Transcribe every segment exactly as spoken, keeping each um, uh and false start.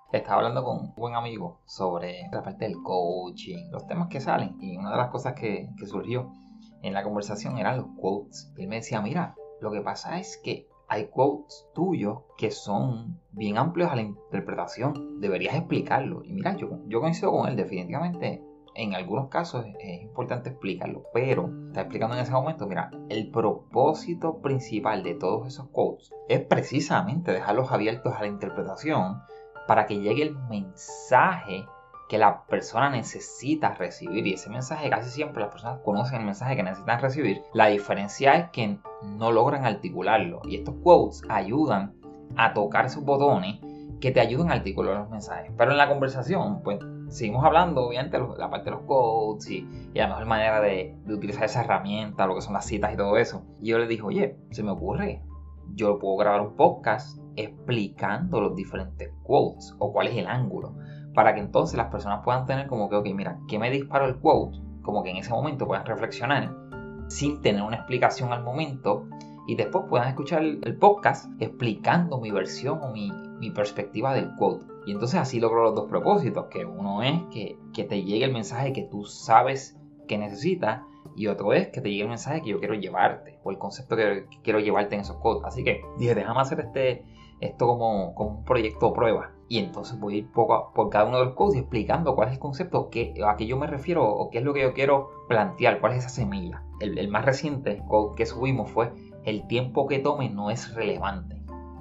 Estaba hablando con un buen amigo sobre la parte del coaching, los temas que salen, y una de las cosas que, que surgió en la conversación eran los quotes. Él me decía, mira, lo que pasa es que hay quotes tuyos que son bien amplios a la interpretación, deberías explicarlo. Y mira, yo, yo coincido con él, definitivamente en algunos casos es, es importante explicarlo, pero está explicando en ese momento, mira, el propósito principal de todos esos quotes es precisamente dejarlos abiertos a la interpretación para que llegue el mensaje que la persona necesita recibir. Y ese mensaje casi siempre las personas conocen el mensaje que necesitan recibir. La diferencia es que no logran articularlo. Y estos quotes ayudan a tocar esos botones que te ayudan a articular los mensajes. Pero en la conversación, pues seguimos hablando, obviamente, la parte de los quotes y, y la mejor manera de, de utilizar esa herramienta, lo que son las citas y todo eso. Y yo le dije, oye, se me ocurre, yo puedo grabar un podcast explicando los diferentes quotes o cuál es el ángulo, para que entonces las personas puedan tener como que, ok, mira, ¿qué me disparó el quote? Como que en ese momento puedan reflexionar sin tener una explicación al momento y después puedan escuchar el, el podcast explicando mi versión o mi, mi perspectiva del quote. Y entonces así logro los dos propósitos, que uno es que, que te llegue el mensaje que tú sabes que necesitas, y otro es que te llegue el mensaje que yo quiero llevarte, o el concepto que quiero llevarte en esos quotes. Así que dije, déjame hacer este, esto como, como un proyecto prueba. Y entonces voy a ir poco a, por cada uno de los quotes explicando cuál es el concepto, qué, a qué yo me refiero o qué es lo que yo quiero plantear, cuál es esa semilla. El, el más reciente quote que subimos fue: el tiempo que tome no es relevante.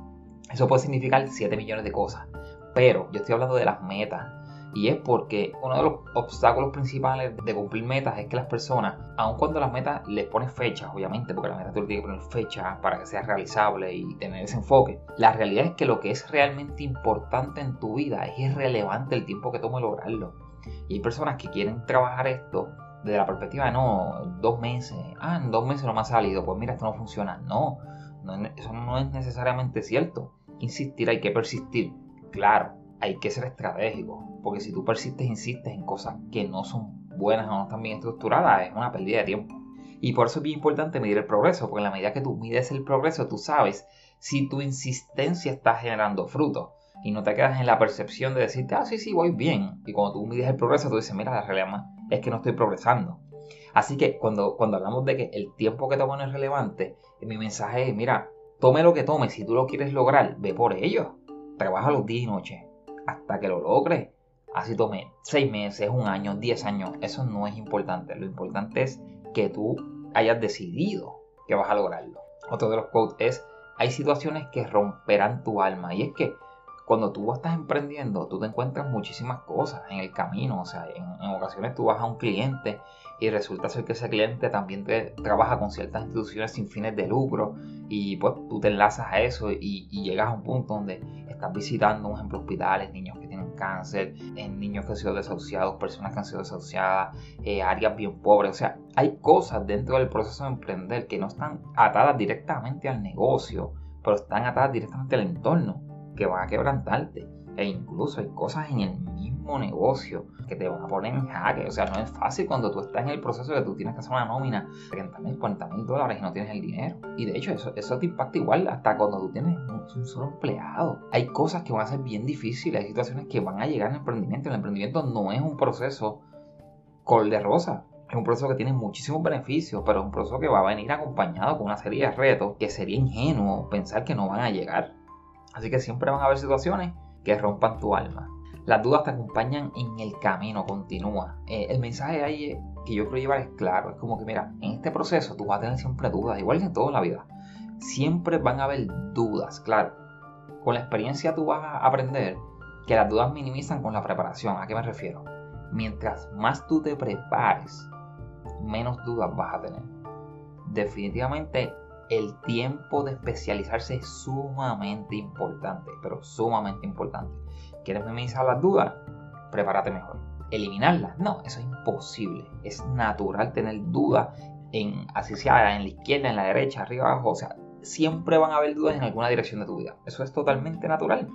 Eso puede significar siete millones de cosas, pero yo estoy hablando de las metas. Y es porque uno de los obstáculos principales de cumplir metas es que las personas, aun cuando las metas les pones fechas, obviamente, porque la meta tú le tienes que poner fecha para que sea realizable y tener ese enfoque, la realidad es que lo que es realmente importante en tu vida es irrelevante el tiempo que tome lograrlo. Y hay personas que quieren trabajar esto desde la perspectiva de no, dos meses, ah, en dos meses no me ha salido, pues mira, esto no funciona. No, no eso no es necesariamente cierto. Insistir, hay que persistir, claro. Hay que ser estratégico, porque si tú persistes e insistes en cosas que no son buenas o no están bien estructuradas, es una pérdida de tiempo. Y por eso es bien importante medir el progreso, porque en la medida que tú mides el progreso, tú sabes si tu insistencia está generando frutos. Y no te quedas en la percepción de decirte, ah, sí, sí, voy bien. Y cuando tú mides el progreso, tú dices, mira, la realidad es que no estoy progresando. Así que cuando, cuando hablamos de que el tiempo que toma no es relevante, mi mensaje es, mira, tome lo que tome, si tú lo quieres lograr, ve por ello. Trabaja los días y noches hasta que lo logres. Así tome seis meses, un año, diez años. Eso no es importante. Lo importante es que tú hayas decidido que vas a lograrlo. Otro de los quotes es: hay situaciones que romperán tu alma. Y es que cuando tú estás emprendiendo, tú te encuentras muchísimas cosas en el camino. O sea, en, en ocasiones tú vas a un cliente y resulta ser que ese cliente también te, trabaja con ciertas instituciones sin fines de lucro, y pues tú te enlazas a eso y, y llegas a un punto donde estás visitando, por ejemplo, hospitales, niños que tienen cáncer, eh, niños que han sido desahuciados, personas que han sido desahuciadas, eh, áreas bien pobres. O sea, hay cosas dentro del proceso de emprender que no están atadas directamente al negocio, pero están atadas directamente al entorno, que van a quebrantarte. E incluso hay cosas en el mismo negocio que te van a poner en jaque. O sea, no es fácil cuando tú estás en el proceso de que tú tienes que hacer una nómina de treinta mil, cuarenta mil dólares y no tienes el dinero. Y de hecho, eso, eso te impacta igual hasta cuando tú tienes un, un solo empleado. Hay cosas que van a ser bien difíciles, hay situaciones que van a llegar en el emprendimiento. El emprendimiento no es un proceso color de rosa. Es un proceso que tiene muchísimos beneficios, pero es un proceso que va a venir acompañado con una serie de retos que sería ingenuo pensar que no van a llegar. Así que siempre van a haber situaciones que rompan tu alma. Las dudas te acompañan en el camino, continúa. Eh, el mensaje ahí que yo quiero llevar es claro. Es como que, mira, en este proceso tú vas a tener siempre dudas, igual que en todo en la vida. Siempre van a haber dudas, claro. Con la experiencia tú vas a aprender que las dudas minimizan con la preparación. ¿A qué me refiero? Mientras más tú te prepares, menos dudas vas a tener. Definitivamente el tiempo de especializarse es sumamente importante, pero sumamente importante. ¿Quieres minimizar las dudas? Prepárate mejor. ¿Eliminarlas? No, eso es imposible. Es natural tener dudas, en, así sea en la izquierda, en la derecha, arriba, abajo. O sea, siempre van a haber dudas en alguna dirección de tu vida. Eso es totalmente natural.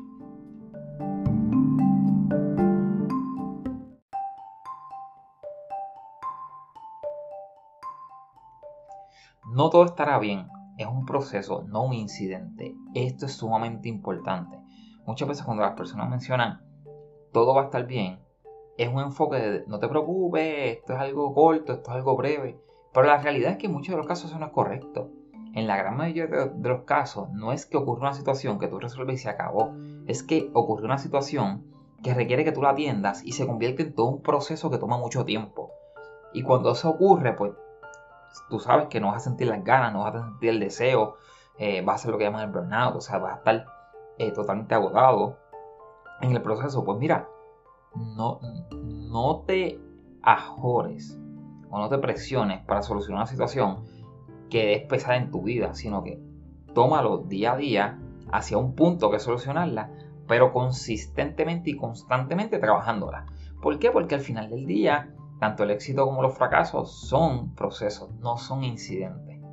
No todo estará bien. Es un proceso, no un incidente. Esto es sumamente importante. Muchas veces cuando las personas mencionan todo va a estar bien, es un enfoque de no te preocupes, esto es algo corto, esto es algo breve. Pero la realidad es que en muchos de los casos eso no es correcto. En la gran mayoría de los casos no es que ocurra una situación que tú resuelves y se acabó. Es que ocurre una situación que requiere que tú la atiendas y se convierte en todo un proceso que toma mucho tiempo. Y cuando eso ocurre, pues tú sabes que no vas a sentir las ganas, no vas a sentir el deseo, eh, vas a hacer lo que llaman el burnout, o sea, vas a estar eh, totalmente agotado en el proceso. Pues mira, no, no te ajores o no te presiones para solucionar una situación que es pesada en tu vida, sino que tómalo día a día hacia un punto que solucionarla, pero consistentemente y constantemente trabajándola. ¿Por qué? Porque al final del día, tanto el éxito como los fracasos son procesos, no son incidentes.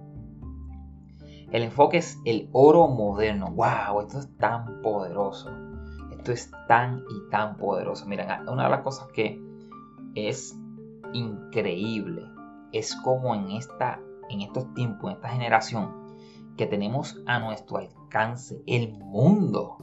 El enfoque es el oro moderno. ¡Wow! Esto es tan poderoso. Esto es tan y tan poderoso. Miren, una de las cosas que es increíble es como en, esta, en estos tiempos, en esta generación, que tenemos a nuestro alcance el mundo.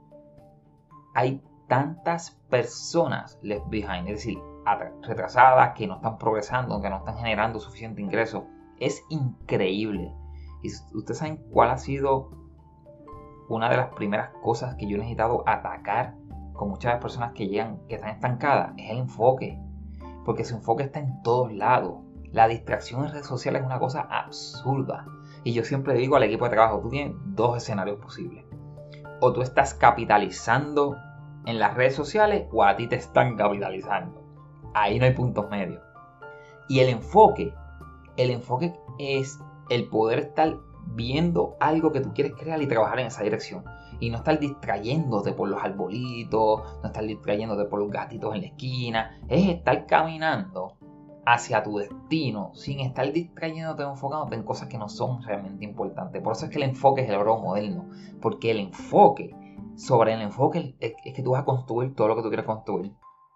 Hay tantas personas left behind, es decir, retrasadas, que no están progresando, que no están generando suficiente ingreso. Es increíble. Y ustedes saben cuál ha sido una de las primeras cosas que yo he necesitado atacar con muchas personas que llegan, que están estancadas, es el enfoque. Porque su enfoque está en todos lados. La distracción en redes sociales es una cosa absurda. Y yo siempre digo al equipo de trabajo, tú tienes dos escenarios posibles. O tú estás capitalizando en las redes sociales o a ti te están capitalizando. Ahí no hay puntos medios. Y el enfoque, el enfoque es el poder estar viendo algo que tú quieres crear y trabajar en esa dirección. Y no estar distrayéndote por los arbolitos, no estar distrayéndote por los gatitos en la esquina. Es estar caminando hacia tu destino sin estar distrayéndote o enfocándote en cosas que no son realmente importantes. Por eso es que el enfoque es el oro moderno. Porque el enfoque, sobre el enfoque es, es que tú vas a construir todo lo que tú quieres construir.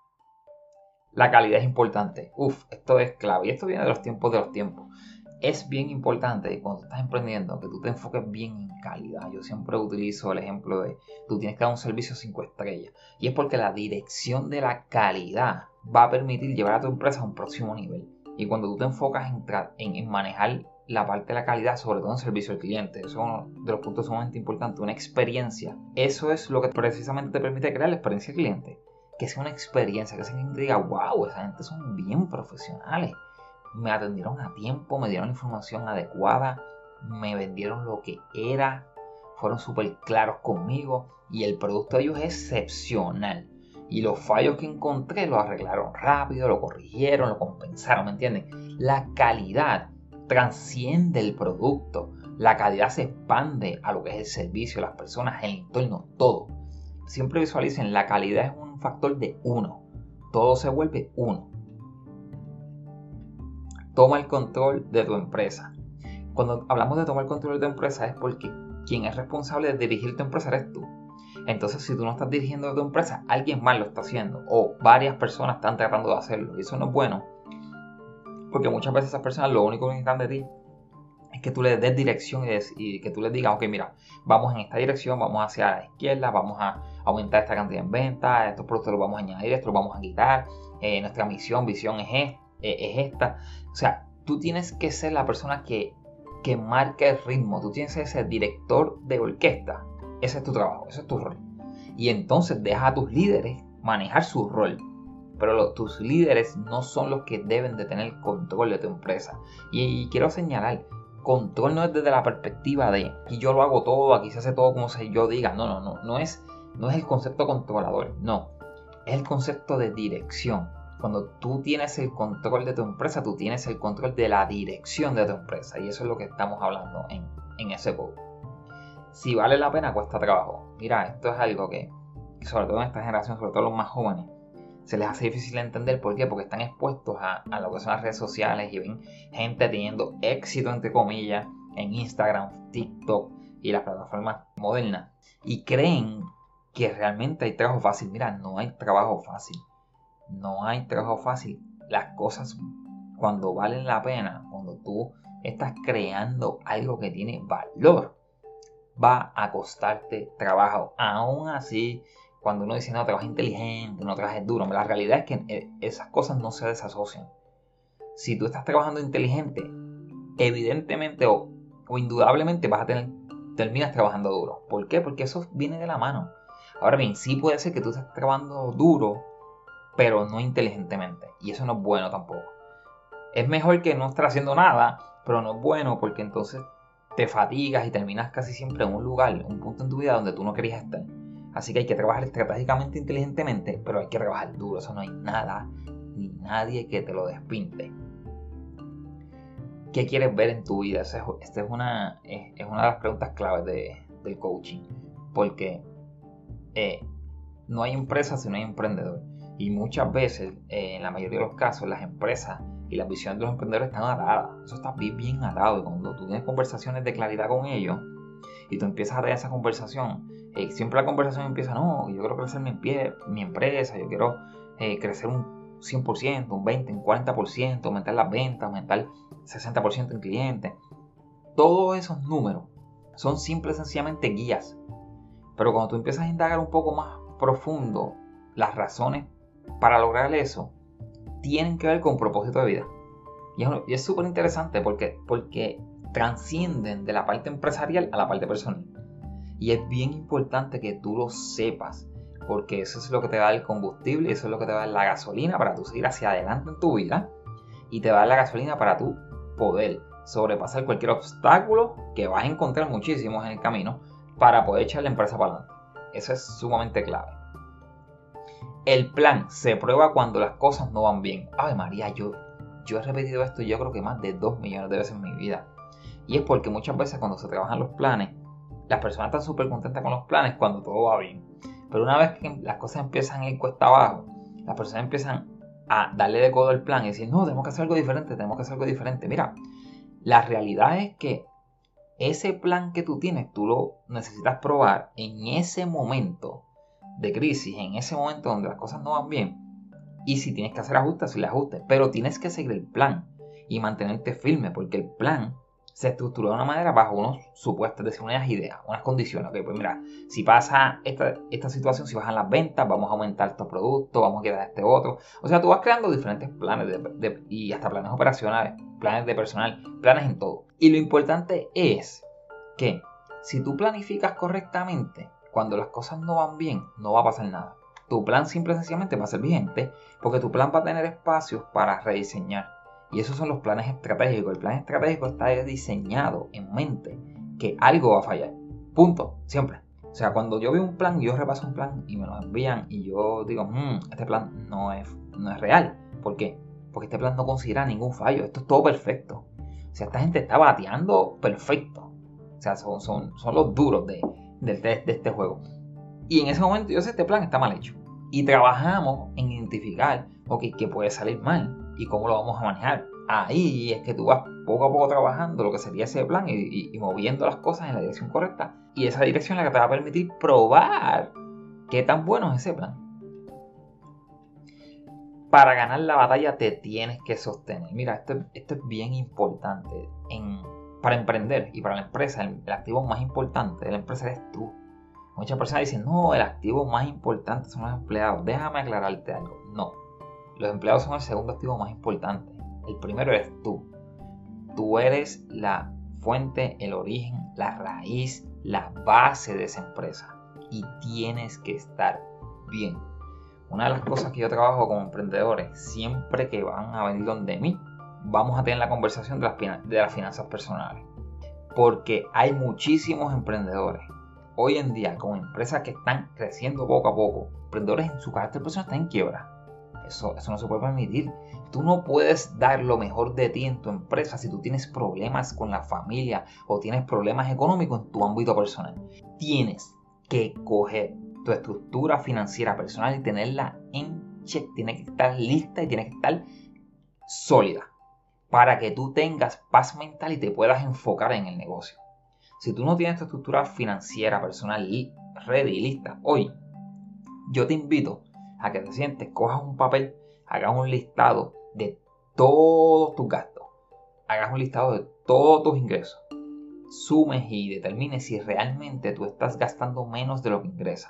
La calidad es importante. Uf, esto es clave. Y esto viene de los tiempos de los tiempos. Es bien importante cuando estás emprendiendo que tú te enfoques bien en calidad. Yo siempre utilizo el ejemplo de tú tienes que dar un servicio cinco estrellas. Y es porque la dirección de la calidad va a permitir llevar a tu empresa a un próximo nivel. Y cuando tú te enfocas en, en, en manejar la parte de la calidad, sobre todo en servicio al cliente, eso es uno de los puntos sumamente importantes, una experiencia. Eso es lo que precisamente te permite crear la experiencia del cliente. Que sea una experiencia, que sea que te diga, wow, esa gente son bien profesionales. Me atendieron a tiempo, me dieron la información adecuada, me vendieron lo que era, fueron súper claros conmigo y el producto de ellos es excepcional. Y los fallos que encontré los arreglaron rápido, lo corrigieron, lo compensaron, ¿me entienden? La calidad transciende el producto, la calidad se expande a lo que es el servicio, las personas, el entorno, todo. Siempre visualicen, la calidad es un factor de uno, todo se vuelve uno. Toma el control de tu empresa. Cuando hablamos de tomar el control de tu empresa es porque quien es responsable de dirigir tu empresa eres tú. Entonces, si tú no estás dirigiendo tu empresa, alguien más lo está haciendo o varias personas están tratando de hacerlo. Y eso no es bueno, porque muchas veces esas personas lo único que necesitan de ti es que tú les des dirección y, des, y que tú les digas, ok, mira, vamos en esta dirección, vamos hacia la izquierda, vamos a aumentar esta cantidad en ventas, estos productos los vamos a añadir, estos los vamos a quitar, eh, nuestra misión, visión es esta. es esta. O sea, tú tienes que ser la persona que, que marca el ritmo. Tú tienes que ser director de orquesta. Ese es tu trabajo, ese es tu rol. Y entonces deja a tus líderes manejar su rol. Pero lo, tus líderes no son los que deben de tener el control de tu empresa. Y, y quiero señalar, control no es desde la perspectiva de aquí yo lo hago todo, aquí se hace todo como se yo diga. No, no, no. No es, no es el concepto controlador. No. Es el concepto de dirección. Cuando tú tienes el control de tu empresa, tú tienes el control de la dirección de tu empresa. Y eso es lo que estamos hablando en, en ese code. Si vale la pena, cuesta trabajo. Mira, esto es algo que, sobre todo en esta generación, sobre todo los más jóvenes, se les hace difícil de entender. ¿Por qué? Porque están expuestos a, a lo que son las redes sociales y ven gente teniendo éxito, entre comillas, en Instagram, TikTok y las plataformas modernas. Y creen que realmente hay trabajo fácil. Mira, no hay trabajo fácil. No hay trabajo fácil. Las cosas, cuando valen la pena, cuando tú estás creando algo que tiene valor, va a costarte trabajo. Aún así, cuando uno dice, no, trabaja inteligente, no trabajes duro, la realidad es que esas cosas no se desasocian. Si tú estás trabajando inteligente, evidentemente o, o indudablemente vas a tener, terminas trabajando duro. ¿Por qué? Porque eso viene de la mano. Ahora bien, sí puede ser que tú estés trabajando duro, pero no inteligentemente. Y eso no es bueno tampoco. Es mejor que no estar haciendo nada, pero no es bueno porque entonces te fatigas y terminas casi siempre en un lugar, un punto en tu vida donde tú no querías estar. Así que hay que trabajar estratégicamente, inteligentemente, pero hay que trabajar duro. Eso no hay nada ni nadie que te lo despinte. ¿Qué quieres ver en tu vida? Esta es una, es una de las preguntas claves de, del coaching. Porque eh, no hay empresa si no hay emprendedor. Y muchas veces, eh, en la mayoría de los casos, las empresas y las visiones de los emprendedores están atadas. Eso está bien, bien atado. Y cuando tú tienes conversaciones de claridad con ellos y tú empiezas a tener esa conversación, eh, siempre la conversación empieza, no, yo quiero crecer mi, pie, mi empresa, yo quiero eh, crecer un cien por ciento, un veinte por ciento, un cuarenta por ciento, aumentar las ventas, aumentar sesenta por ciento en clientes. Todos esos números son simples y sencillamente guías. Pero cuando tú empiezas a indagar un poco más profundo las razones para lograr eso, tienen que ver con propósito de vida. Y es súper interesante porque, porque transcienden de la parte empresarial a la parte personal. Y es bien importante que tú lo sepas, porque eso es lo que te va a dar el combustible, eso es lo que te va a dar la gasolina para tú seguir hacia adelante en tu vida, y te va a dar la gasolina para tú poder sobrepasar cualquier obstáculo, que vas a encontrar muchísimos en el camino, para poder echar la empresa para adelante. Eso es sumamente clave. El plan se prueba cuando las cosas no van bien. Ay María, yo, yo he repetido esto yo creo que más de dos millones de veces en mi vida. Y es porque muchas veces cuando se trabajan los planes, las personas están súper contentas con los planes cuando todo va bien. Pero una vez que las cosas empiezan a ir cuesta abajo, las personas empiezan a darle de codo al plan y decir, no, tenemos que hacer algo diferente, tenemos que hacer algo diferente. Mira, la realidad es que ese plan que tú tienes, tú lo necesitas probar en ese momento de crisis, en ese momento donde las cosas no van bien. Y si tienes que hacer ajustes, si le ajustes. Pero tienes que seguir el plan y mantenerte firme, porque el plan se estructuró de una manera bajo unos supuestos, es decir, unas ideas, unas condiciones. Ok, pues mira, si pasa esta, esta situación, si bajan las ventas, vamos a aumentar estos productos, vamos a quitar este otro. O sea, tú vas creando diferentes planes de, de, y hasta planes operacionales, planes de personal, planes en todo. Y lo importante es que si tú planificas correctamente, cuando las cosas no van bien, no va a pasar nada. Tu plan simple y sencillamente va a ser vigente, porque tu plan va a tener espacios para rediseñar. Y esos son los planes estratégicos. El plan estratégico está diseñado en mente que algo va a fallar. Punto. Siempre. O sea, cuando yo veo un plan, yo repaso un plan y me lo envían y yo digo, mmm, este plan no es, no es real. ¿Por qué? Porque este plan no considera ningún fallo. Esto es todo perfecto. O sea, esta gente está bateando perfecto. O sea, son, son, son los duros de, de, de, de este juego. Y en ese momento yo sé, este plan está mal hecho. Y trabajamos en identificar, ok, qué puede salir mal y cómo lo vamos a manejar. Ahí es que tú vas poco a poco trabajando lo que sería ese plan y, y, y moviendo las cosas en la dirección correcta. Y esa dirección es la que te va a permitir probar qué tan bueno es ese plan. Para ganar la batalla te tienes que sostener. Mira, esto, esto es bien importante. En, para emprender y para la empresa, el, el activo más importante de la empresa eres tú. Muchas personas dicen, no, el activo más importante son los empleados. Déjame aclararte algo. No, los empleados son el segundo activo más importante. El primero eres tú. Tú eres la fuente, el origen, la raíz, la base de esa empresa. Y tienes que estar bien. Una de las cosas que yo trabajo como emprendedores, siempre que van a venir donde mí, vamos a tener la conversación de las, de las finanzas personales. Porque hay muchísimos emprendedores hoy en día con empresas que están creciendo poco a poco. Emprendedores en su carácter personal están en quiebra. Eso, eso no se puede permitir. Tú no puedes dar lo mejor de ti en tu empresa si tú tienes problemas con la familia o tienes problemas económicos en tu ámbito personal. Tienes que coger tu estructura financiera personal y tenerla en check. Tiene que estar lista y tiene que estar sólida para que tú tengas paz mental y te puedas enfocar en el negocio. Si tú no tienes tu estructura financiera personal ready y lista hoy, yo te invito a que te sientes, cojas un papel, hagas un listado de todos tus gastos, hagas un listado de todos tus ingresos, sumes y determines si realmente tú estás gastando menos de lo que ingresas.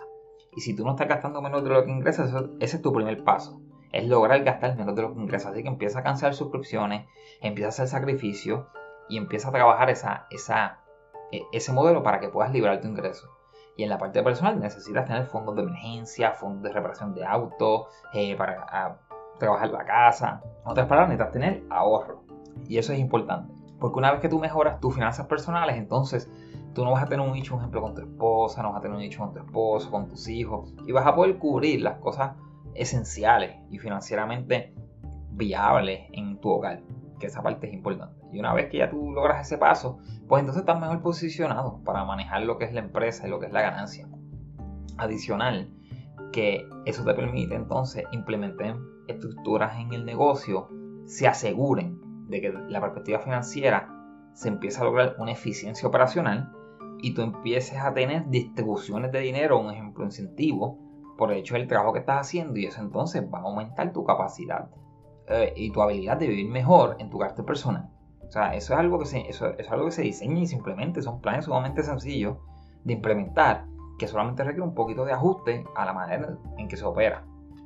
Y si tú no estás gastando menos de lo que ingresas, eso, ese es tu primer paso. Es lograr gastar menos de lo que ingresas. Así que empieza a cancelar suscripciones, empieza a hacer sacrificios y empieza a trabajar esa, esa, ese modelo para que puedas liberar tu ingreso. Y en la parte personal necesitas tener fondos de emergencia, fondos de reparación de auto, eh, para a, trabajar la casa. En otras palabras, necesitas tener ahorro. Y eso es importante. Porque una vez que tú mejoras tus finanzas personales, entonces tú no vas a tener un nicho, un ejemplo, con tu esposa, no vas a tener un nicho con tu esposo, con tus hijos. Y vas a poder cubrir las cosas esenciales y financieramente viables en tu hogar. Que esa parte es importante. Y una vez que ya tú logras ese paso, pues entonces estás mejor posicionado para manejar lo que es la empresa y lo que es la ganancia. Adicional, que eso te permite entonces implementar estructuras en el negocio, se aseguren de que la perspectiva financiera se empieza a lograr una eficiencia operacional y tú empieces a tener distribuciones de dinero, un ejemplo, incentivo, por el hecho del trabajo que estás haciendo, y eso entonces va a aumentar tu capacidad eh, y tu habilidad de vivir mejor en tu carácter personal. O sea, eso es algo que se, eso, eso es algo que se diseña y se implementa, son planes sumamente sencillos de implementar, que solamente requiere un poquito de ajuste a la manera en que se opera.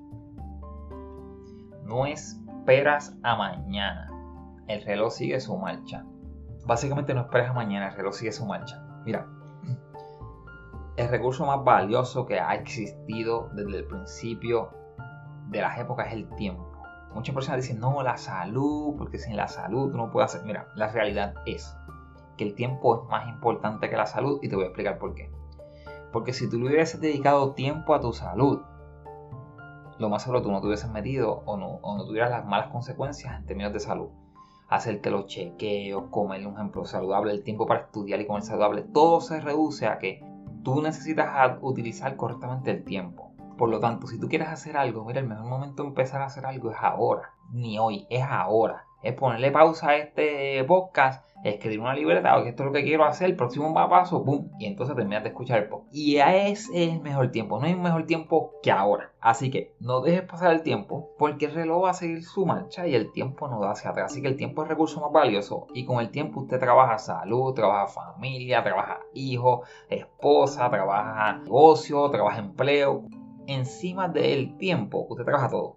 No esperas a mañana, el reloj sigue su marcha. Básicamente no esperes a mañana, el reloj sigue su marcha. Mira, el recurso más valioso que ha existido desde el principio de las épocas es el tiempo. Muchas personas dicen, no, la salud, porque sin la salud tú no puedes hacer. Mira, la realidad es que el tiempo es más importante que la salud y te voy a explicar por qué. Porque si tú le hubieses dedicado tiempo a tu salud, lo más seguro tú no te hubieses metido o no, o no tuvieras las malas consecuencias en términos de salud. Hacerte los chequeos, comer un ejemplo saludable, el tiempo para estudiar y comer saludable, todo se reduce a que tú necesitas utilizar correctamente el tiempo. Por lo tanto, si tú quieres hacer algo, mira, el mejor momento de empezar a hacer algo es ahora, ni hoy, es ahora. Es ponerle pausa a este podcast, escribir una libreta, que esto es lo que quiero hacer, el próximo paso, ¡pum! Y entonces terminas de escuchar el podcast. Y ese es el mejor tiempo, no hay un mejor tiempo que ahora. Así que no dejes pasar el tiempo, porque el reloj va a seguir su marcha y el tiempo no da hacia atrás. Así que el tiempo es el recurso más valioso y con el tiempo usted trabaja salud, trabaja familia, trabaja hijos, esposa, trabaja negocio, trabaja empleo. Encima del tiempo, usted trabaja todo.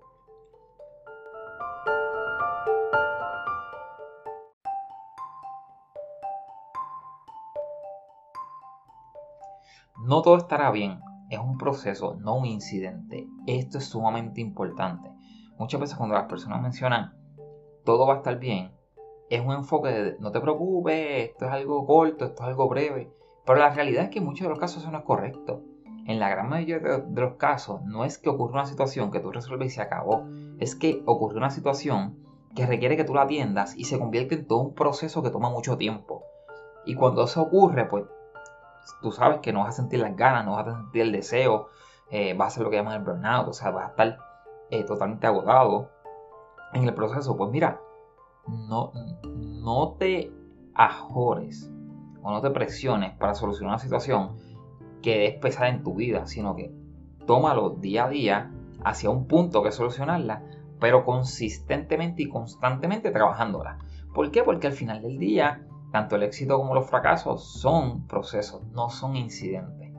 No todo estará bien, es un proceso, no un incidente. Esto es sumamente importante. Muchas veces cuando las personas mencionan todo va a estar bien, es un enfoque de no te preocupes, esto es algo corto, esto es algo breve. Pero la realidad es que en muchos de los casos eso no es correcto. En la gran mayoría de los casos no es que ocurra una situación que tú resuelves y se acabó. Es que ocurre una situación que requiere que tú la atiendas y se convierte en todo un proceso que toma mucho tiempo. Y cuando eso ocurre, pues tú sabes que no vas a sentir las ganas, no vas a sentir el deseo, eh, vas a hacer lo que llaman el burnout, o sea, vas a estar eh, totalmente agotado en el proceso. Pues mira, no, no te ajores o no te presiones para solucionar una situación que es pesada en tu vida, sino que tómalo día a día hacia un punto que solucionarla, pero consistentemente y constantemente trabajándola. ¿Por qué? Porque al final del día, tanto el éxito como los fracasos son procesos, no son incidentes.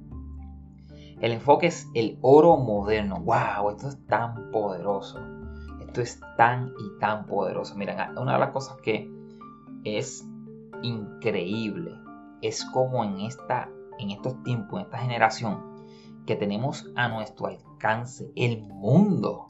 El enfoque es el oro moderno. ¡Wow! Esto es tan poderoso. Esto es tan y tan poderoso. Miren, una de las cosas que es increíble es como en esta en estos tiempos, en esta generación, que tenemos a nuestro alcance el mundo,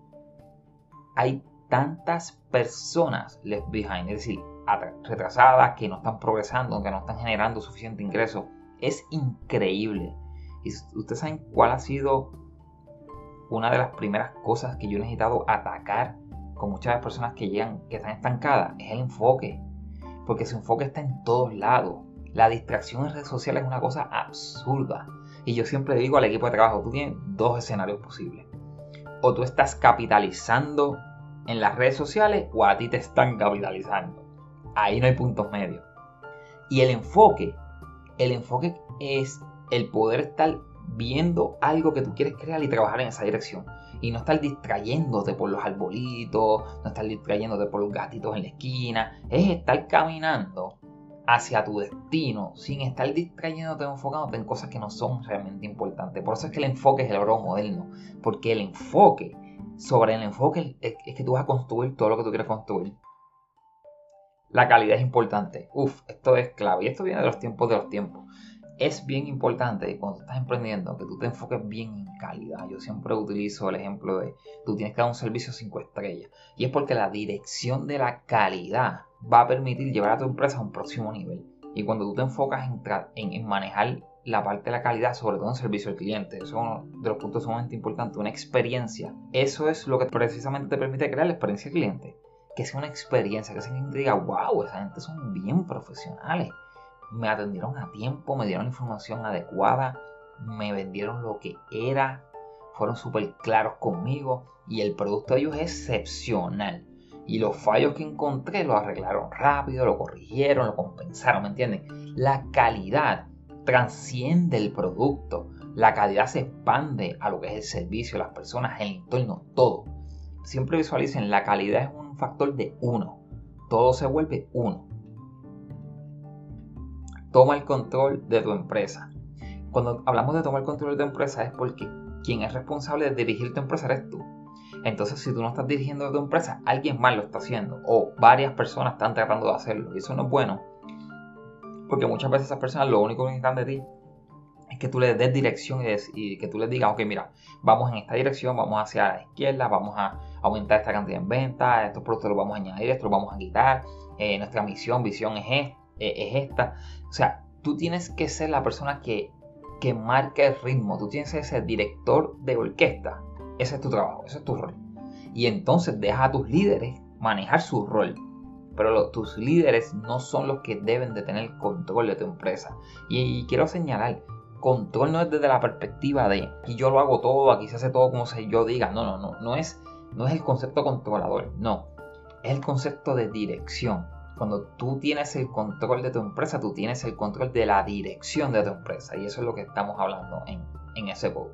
hay tantas personas left behind, es decir, retrasadas, que no están progresando, que no están generando suficiente ingreso. Es increíble. Y ustedes saben cuál ha sido una de las primeras cosas que yo he necesitado atacar con muchas personas que llegan, que están estancadas, es el enfoque. Porque su enfoque está en todos lados. La distracción en redes sociales es una cosa absurda. Y yo siempre digo al equipo de trabajo, tú tienes dos escenarios posibles. O tú estás capitalizando en las redes sociales o a ti te están capitalizando. Ahí no hay puntos medios. Y el enfoque, el enfoque es el poder estar viendo algo que tú quieres crear y trabajar en esa dirección. Y no estar distrayéndote por los arbolitos, no estar distrayéndote por los gatitos en la esquina. Es estar caminando hacia tu destino sin estar distrayéndote, enfocándote en cosas que no son realmente importantes. Por eso es que el enfoque es el oro moderno, porque el enfoque, sobre el enfoque es, es que tú vas a construir todo lo que tú quieres construir. La calidad es importante. Uf, esto es clave y esto viene de los tiempos de los tiempos. Es bien importante cuando estás emprendiendo que tú te enfoques bien en calidad. Yo siempre utilizo el ejemplo de tú tienes que dar un servicio cinco estrellas. Y es porque la dirección de la calidad va a permitir llevar a tu empresa a un próximo nivel. Y cuando tú te enfocas en, en, en manejar la parte de la calidad, sobre todo en servicio al cliente, eso es uno de los puntos sumamente importantes, una experiencia. Eso es lo que precisamente te permite crear la experiencia al cliente. Que sea una experiencia, que sea que diga, wow, esa gente son bien profesionales. Me atendieron a tiempo, me dieron la información adecuada, me vendieron lo que era, fueron súper claros conmigo y el producto de ellos es excepcional. Y los fallos que encontré los arreglaron rápido, lo corrigieron, lo compensaron, ¿me entienden? La calidad transciende el producto, la calidad se expande a lo que es el servicio, las personas, el entorno, todo. Siempre visualicen, la calidad es un factor de uno, todo se vuelve uno. Toma el control de tu empresa. Cuando hablamos de tomar el control de tu empresa es porque quien es responsable de dirigir tu empresa eres tú. Entonces, si tú no estás dirigiendo tu empresa, alguien más lo está haciendo o varias personas están tratando de hacerlo y eso no es bueno, porque muchas veces esas personas lo único que necesitan de ti es que tú les des dirección y, des, y que tú les digas, ok, mira, vamos en esta dirección, vamos hacia la izquierda, vamos a aumentar esta cantidad en venta, estos productos los vamos a añadir, estos los vamos a quitar, eh, nuestra misión, visión es esta. es esta. O sea, tú tienes que ser la persona que, que marca el ritmo. Tú tienes que ser director de orquesta. Ese es tu trabajo, ese es tu rol. Y entonces deja a tus líderes manejar su rol. Pero los, tus líderes no son los que deben de tener control de tu empresa. Y, y quiero señalar, control no es desde la perspectiva de aquí yo lo hago todo, aquí se hace todo como se yo diga. No, no, no. No es, no es el concepto controlador. No. Es el concepto de dirección. Cuando tú tienes el control de tu empresa, tú tienes el control de la dirección de tu empresa. Y eso es lo que estamos hablando en, en ese post.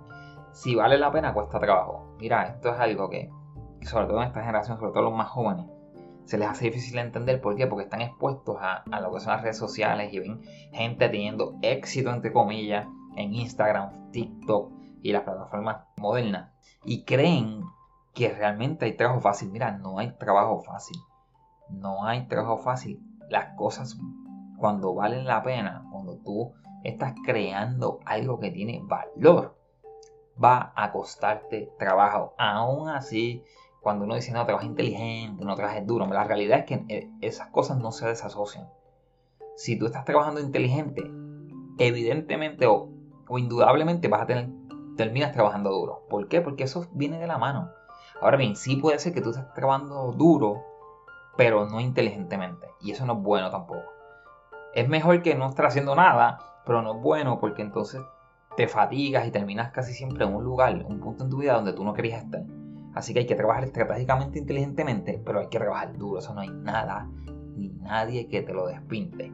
Si vale la pena, cuesta trabajo. Mira, esto es algo que, sobre todo en esta generación, sobre todo los más jóvenes, se les hace difícil de entender. ¿Por qué? Porque están expuestos a, a lo que son las redes sociales y ven gente teniendo éxito, entre comillas, en Instagram, TikTok y las plataformas modernas. Y creen que realmente hay trabajo fácil. Mira, no hay trabajo fácil. No hay trabajo fácil. Las cosas cuando valen la pena, cuando tú estás creando algo que tiene valor, va a costarte trabajo. Aún así, cuando uno dice no, trabaja inteligente, no trabajes duro, la realidad es que esas cosas no se desasocian. Si tú estás trabajando inteligente, evidentemente o, o indudablemente vas a tener, terminas trabajando duro. ¿Por qué? Porque eso viene de la mano. Ahora bien, sí puede ser que tú estés trabajando duro, pero no inteligentemente. Y eso no es bueno tampoco. Es mejor que no estar haciendo nada, pero no es bueno porque entonces te fatigas y terminas casi siempre en un lugar, un punto en tu vida donde tú no querías estar. Así que hay que trabajar estratégicamente, inteligentemente, pero hay que trabajar duro. Eso no hay nada ni nadie que te lo despinte.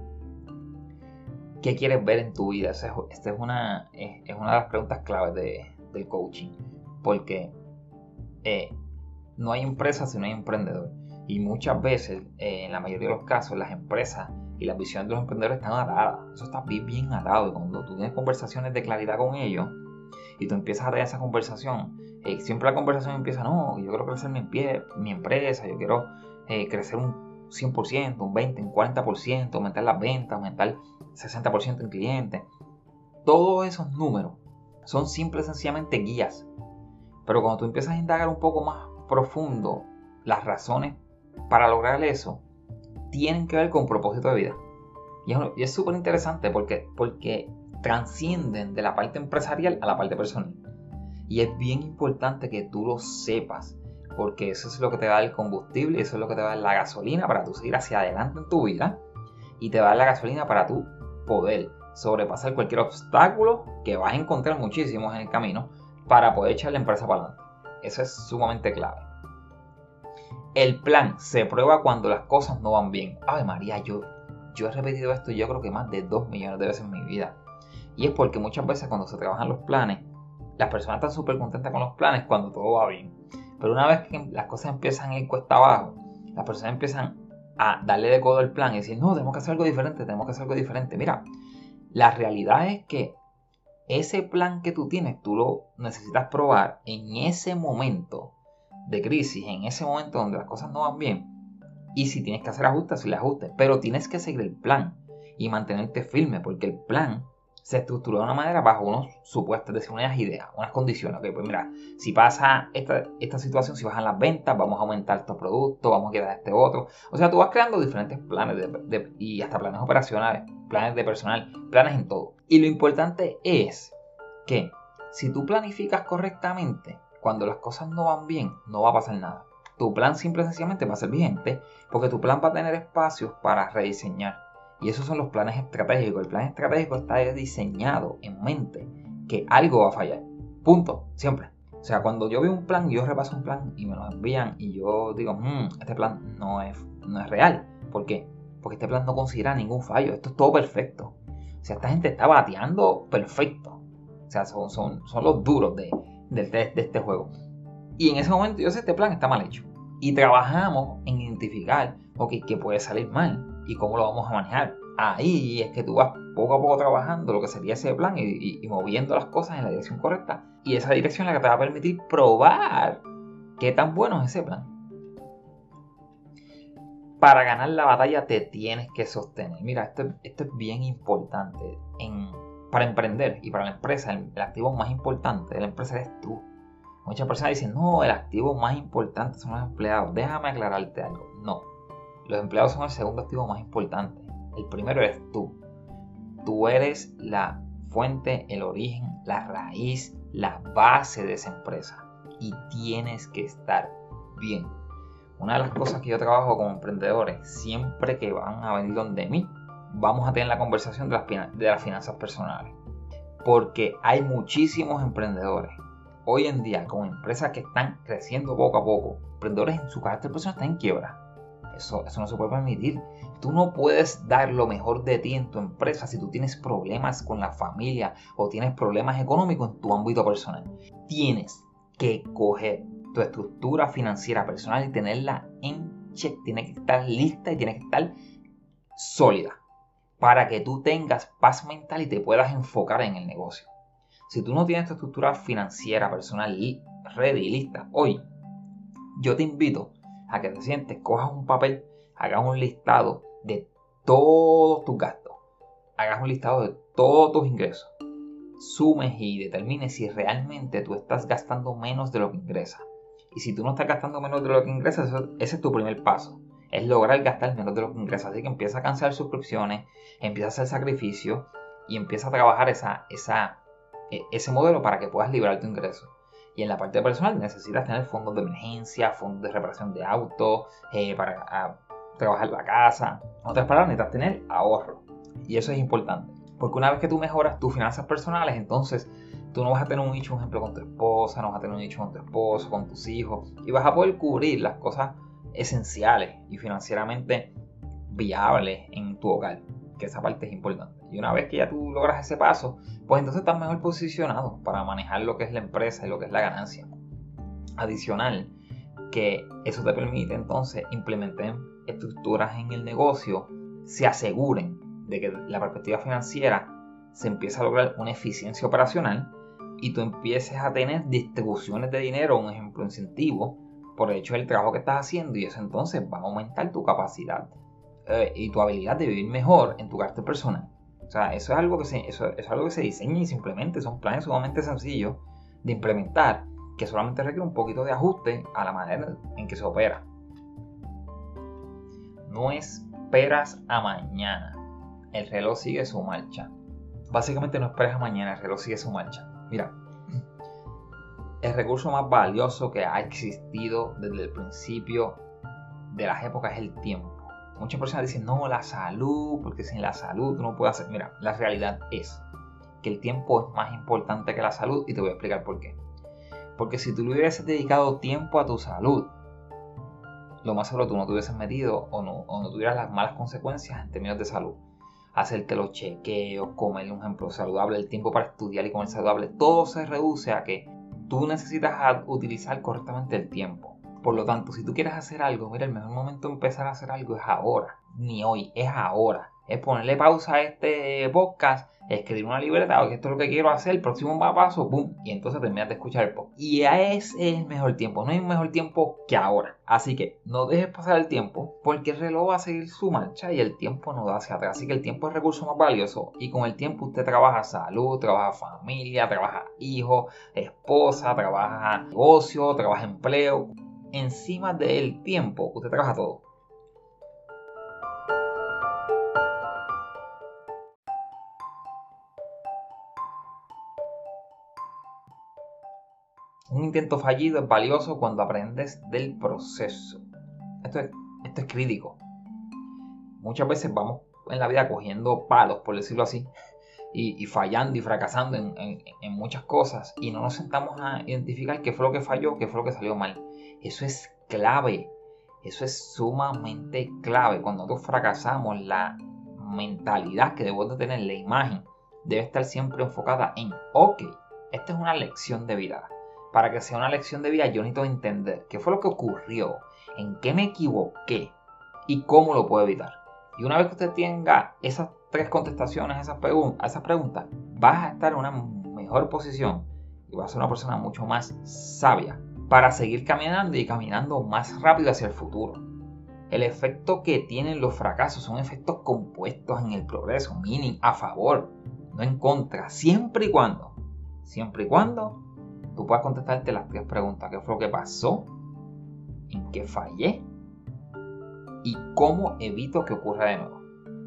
¿Qué quieres ver en tu vida? Esta es una, es una de las preguntas claves de, del coaching. Porque eh, no hay empresa si no hay emprendedor. Y muchas veces, eh, en la mayoría de los casos, las empresas y las visiones de los emprendedores están atadas. Eso está bien, bien atado. Y cuando tú tienes conversaciones de claridad con ellos y tú empiezas a tener esa conversación, eh, siempre la conversación empieza, no, yo quiero crecer mi, pie, mi empresa, yo quiero eh, crecer un cien por ciento, un veinte por ciento, un cuarenta por ciento, aumentar las ventas, aumentar sesenta por ciento en clientes. Todos esos números son simples y sencillamente guías. Pero cuando tú empiezas a indagar un poco más profundo las razones para lograr eso, tienen que ver con propósito de vida. Y es súper interesante porque, porque transcienden de la parte empresarial a la parte personal. Y es bien importante que tú lo sepas, porque eso es lo que te va a dar el combustible, eso es lo que te va a dar la gasolina para tú seguir hacia adelante en tu vida, y te va a dar la gasolina para tú poder sobrepasar cualquier obstáculo que vas a encontrar muchísimos en el camino para poder echar la empresa para adelante. Eso es sumamente clave. El plan se prueba cuando las cosas no van bien. Ave María, yo, yo he repetido esto yo creo que más de dos millones de veces en mi vida. Y es porque muchas veces cuando se trabajan los planes, las personas están súper contentas con los planes cuando todo va bien. Pero una vez que las cosas empiezan a ir cuesta abajo, las personas empiezan a darle de codo al plan y decir, no, tenemos que hacer algo diferente, tenemos que hacer algo diferente. Mira, la realidad es que ese plan que tú tienes, tú lo necesitas probar en ese momento de crisis, en ese momento donde las cosas no van bien. Y si tienes que hacer ajustes, si le ajustes. Pero tienes que seguir el plan y mantenerte firme, porque el plan se estructuró de una manera bajo unos supuestos, es decir, unas ideas, unas condiciones. Ok, pues mira, si pasa esta, esta situación, si bajan las ventas, vamos a aumentar estos productos, vamos a quitar este otro. O sea, tú vas creando diferentes planes de, de, y hasta planes operacionales, planes de personal, planes en todo. Y lo importante es que si tú planificas correctamente, cuando las cosas no van bien, no va a pasar nada. Tu plan simple y sencillamente va a ser vigente porque tu plan va a tener espacios para rediseñar. Y esos son los planes estratégicos. El plan estratégico está diseñado en mente que algo va a fallar. Punto. Siempre. O sea, cuando yo veo un plan, yo repaso un plan y me lo envían y yo digo, mmm, este plan no es, no es real. ¿Por qué? Porque este plan no considera ningún fallo. Esto es todo perfecto. O sea, esta gente está bateando perfecto. O sea, son, son, son los duros de, de, de, de este juego. Y en ese momento yo sé, este plan está mal hecho. Y trabajamos en identificar, ok, qué puede salir mal y cómo lo vamos a manejar. Ahí es que tú vas poco a poco trabajando lo que sería ese plan y, y, y moviendo las cosas en la dirección correcta. Y esa dirección es la que te va a permitir probar qué tan bueno es ese plan. Para ganar la batalla te tienes que sostener. Mira, esto, esto es bien importante. En, para emprender y para la empresa, el, el activo más importante de la empresa eres tú. Muchas personas dicen, no, el activo más importante son los empleados. Déjame aclararte algo. No, los empleados son el segundo activo más importante. El primero eres tú. Tú eres la fuente, el origen, la raíz, la base de esa empresa. Y tienes que estar bien. Una de las cosas que yo trabajo con emprendedores, siempre que van a venir donde mí, vamos a tener la conversación de las, de las finanzas personales. Porque hay muchísimos emprendedores hoy en día con empresas que están creciendo poco a poco. Emprendedores en su carácter personal están en quiebra. Eso, eso no se puede permitir. Tú no puedes dar lo mejor de ti en tu empresa si tú tienes problemas con la familia o tienes problemas económicos en tu ámbito personal. Tienes que coger tu estructura financiera personal y tenerla en check. Tiene que estar lista y tiene que estar sólida para que tú tengas paz mental y te puedas enfocar en el negocio. Si tú no tienes tu estructura financiera personal ready, lista, hoy, yo te invito a que te sientes, cojas un papel, hagas un listado de todos tus gastos, hagas un listado de todos tus ingresos, sumes y determines si realmente tú estás gastando menos de lo que ingresas. Y si tú no estás gastando menos de lo que ingresas, eso, ese es tu primer paso. Es lograr gastar menos de lo que ingresas. Así que empieza a cancelar suscripciones, empieza a hacer sacrificios y empieza a trabajar esa, esa, ese modelo para que puedas liberar tu ingreso. Y en la parte personal necesitas tener fondos de emergencia, fondos de reparación de autos, eh, para a, trabajar la casa. En otras palabras, necesitas tener ahorro. Y eso es importante. Porque una vez que tú mejoras tus finanzas personales, entonces tú no vas a tener un nicho, un ejemplo, con tu esposa, no vas a tener un nicho con tu esposo, con tus hijos. Y vas a poder cubrir las cosas esenciales y financieramente viables en tu hogar. Que esa parte es importante. Y una vez que ya tú logras ese paso, pues entonces estás mejor posicionado para manejar lo que es la empresa y lo que es la ganancia. Adicional, que eso te permite entonces implementar estructuras en el negocio, se aseguren de que la perspectiva financiera se empieza a lograr una eficiencia operacional y tú empieces a tener distribuciones de dinero, un ejemplo, incentivo, por el hecho del trabajo que estás haciendo, y eso entonces va a aumentar tu capacidad eh, y tu habilidad de vivir mejor en tu carácter personal. O sea, eso es algo que se, eso, eso es algo que se diseña y se implementa. Son planes sumamente sencillos de implementar que solamente requiere un poquito de ajuste a la manera en que se opera. No esperas a mañana. El reloj sigue su marcha. Básicamente no esperes a mañana, el reloj sigue su marcha. Mira, el recurso más valioso que ha existido desde el principio de las épocas es el tiempo. Muchas personas dicen, no, la salud, porque sin la salud tú no puedes hacer. Mira, la realidad es que el tiempo es más importante que la salud y te voy a explicar por qué. Porque si tú le hubieses dedicado tiempo a tu salud, lo más seguro tú no te hubieses metido o no, o no tuvieras las malas consecuencias en términos de salud. Hacer que los chequeos, comer un ejemplo saludable, el tiempo para estudiar y comer saludable, todo se reduce a que tú necesitas utilizar correctamente el tiempo. Por lo tanto, si tú quieres hacer algo, mira, el mejor momento de empezar a hacer algo es ahora. Ni hoy, es ahora. Es ponerle pausa a este podcast, escribir una libreta, porque esto es lo que quiero hacer, el próximo paso, boom, y entonces terminas de escuchar el podcast. Y ese es el mejor tiempo, no hay un mejor tiempo que ahora. Así que no dejes pasar el tiempo, porque el reloj va a seguir su marcha y el tiempo no da hacia atrás. Así que el tiempo es el recurso más valioso, y con el tiempo usted trabaja salud, trabaja familia, trabaja hijos, esposa, trabaja negocio, trabaja empleo. Encima del tiempo, usted trabaja todo. Un intento fallido es valioso cuando aprendes del proceso. Esto es, esto es crítico. Muchas veces vamos en la vida cogiendo palos, por decirlo así, y, y fallando y fracasando en, en, en muchas cosas, y no nos sentamos a identificar qué fue lo que falló, qué fue lo que salió mal. Eso es clave. Eso es sumamente clave. Cuando nosotros fracasamos, la mentalidad que debemos de tener, la imagen, debe estar siempre enfocada en, ok, esta es una lección de vida. Para que sea una lección de vida, yo necesito entender qué fue lo que ocurrió, en qué me equivoqué y cómo lo puedo evitar. Y una vez que usted tenga esas tres contestaciones a esas, pregun- a esas preguntas, vas a estar en una mejor posición y vas a ser una persona mucho más sabia para seguir caminando y caminando más rápido hacia el futuro. El efecto que tienen los fracasos son efectos compuestos en el progreso, meaning a favor, no en contra, siempre y cuando, siempre y cuando tú puedas contestarte las tres preguntas: ¿qué fue lo que pasó? ¿En qué fallé? ¿Y cómo evito que ocurra de nuevo?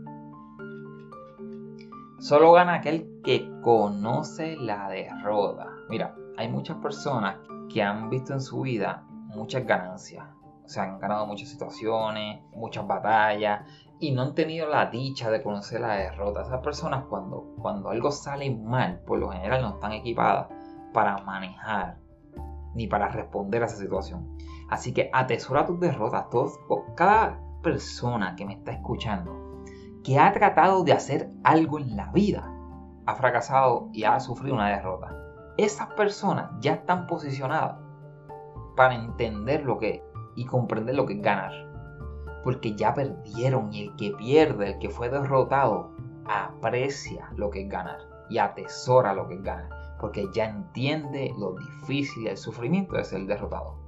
Solo gana aquel que conoce la derrota. Mira, hay muchas personas que han visto en su vida muchas ganancias. O sea, han ganado muchas situaciones, muchas batallas, y no han tenido la dicha de conocer la derrota. Esas personas, cuando, cuando algo sale mal, por lo general no están equipadas para manejar ni para responder a esa situación. Así que atesora tus derrotas. Todos, cada persona que me está escuchando que ha tratado de hacer algo en la vida ha fracasado y ha sufrido una derrota. Esas personas ya están posicionadas para entender lo que y comprender lo que es ganar, porque ya perdieron, y el que pierde, el que fue derrotado, aprecia lo que es ganar y atesora lo que es ganar, porque ya entiende lo difícil y el sufrimiento de ser derrotado.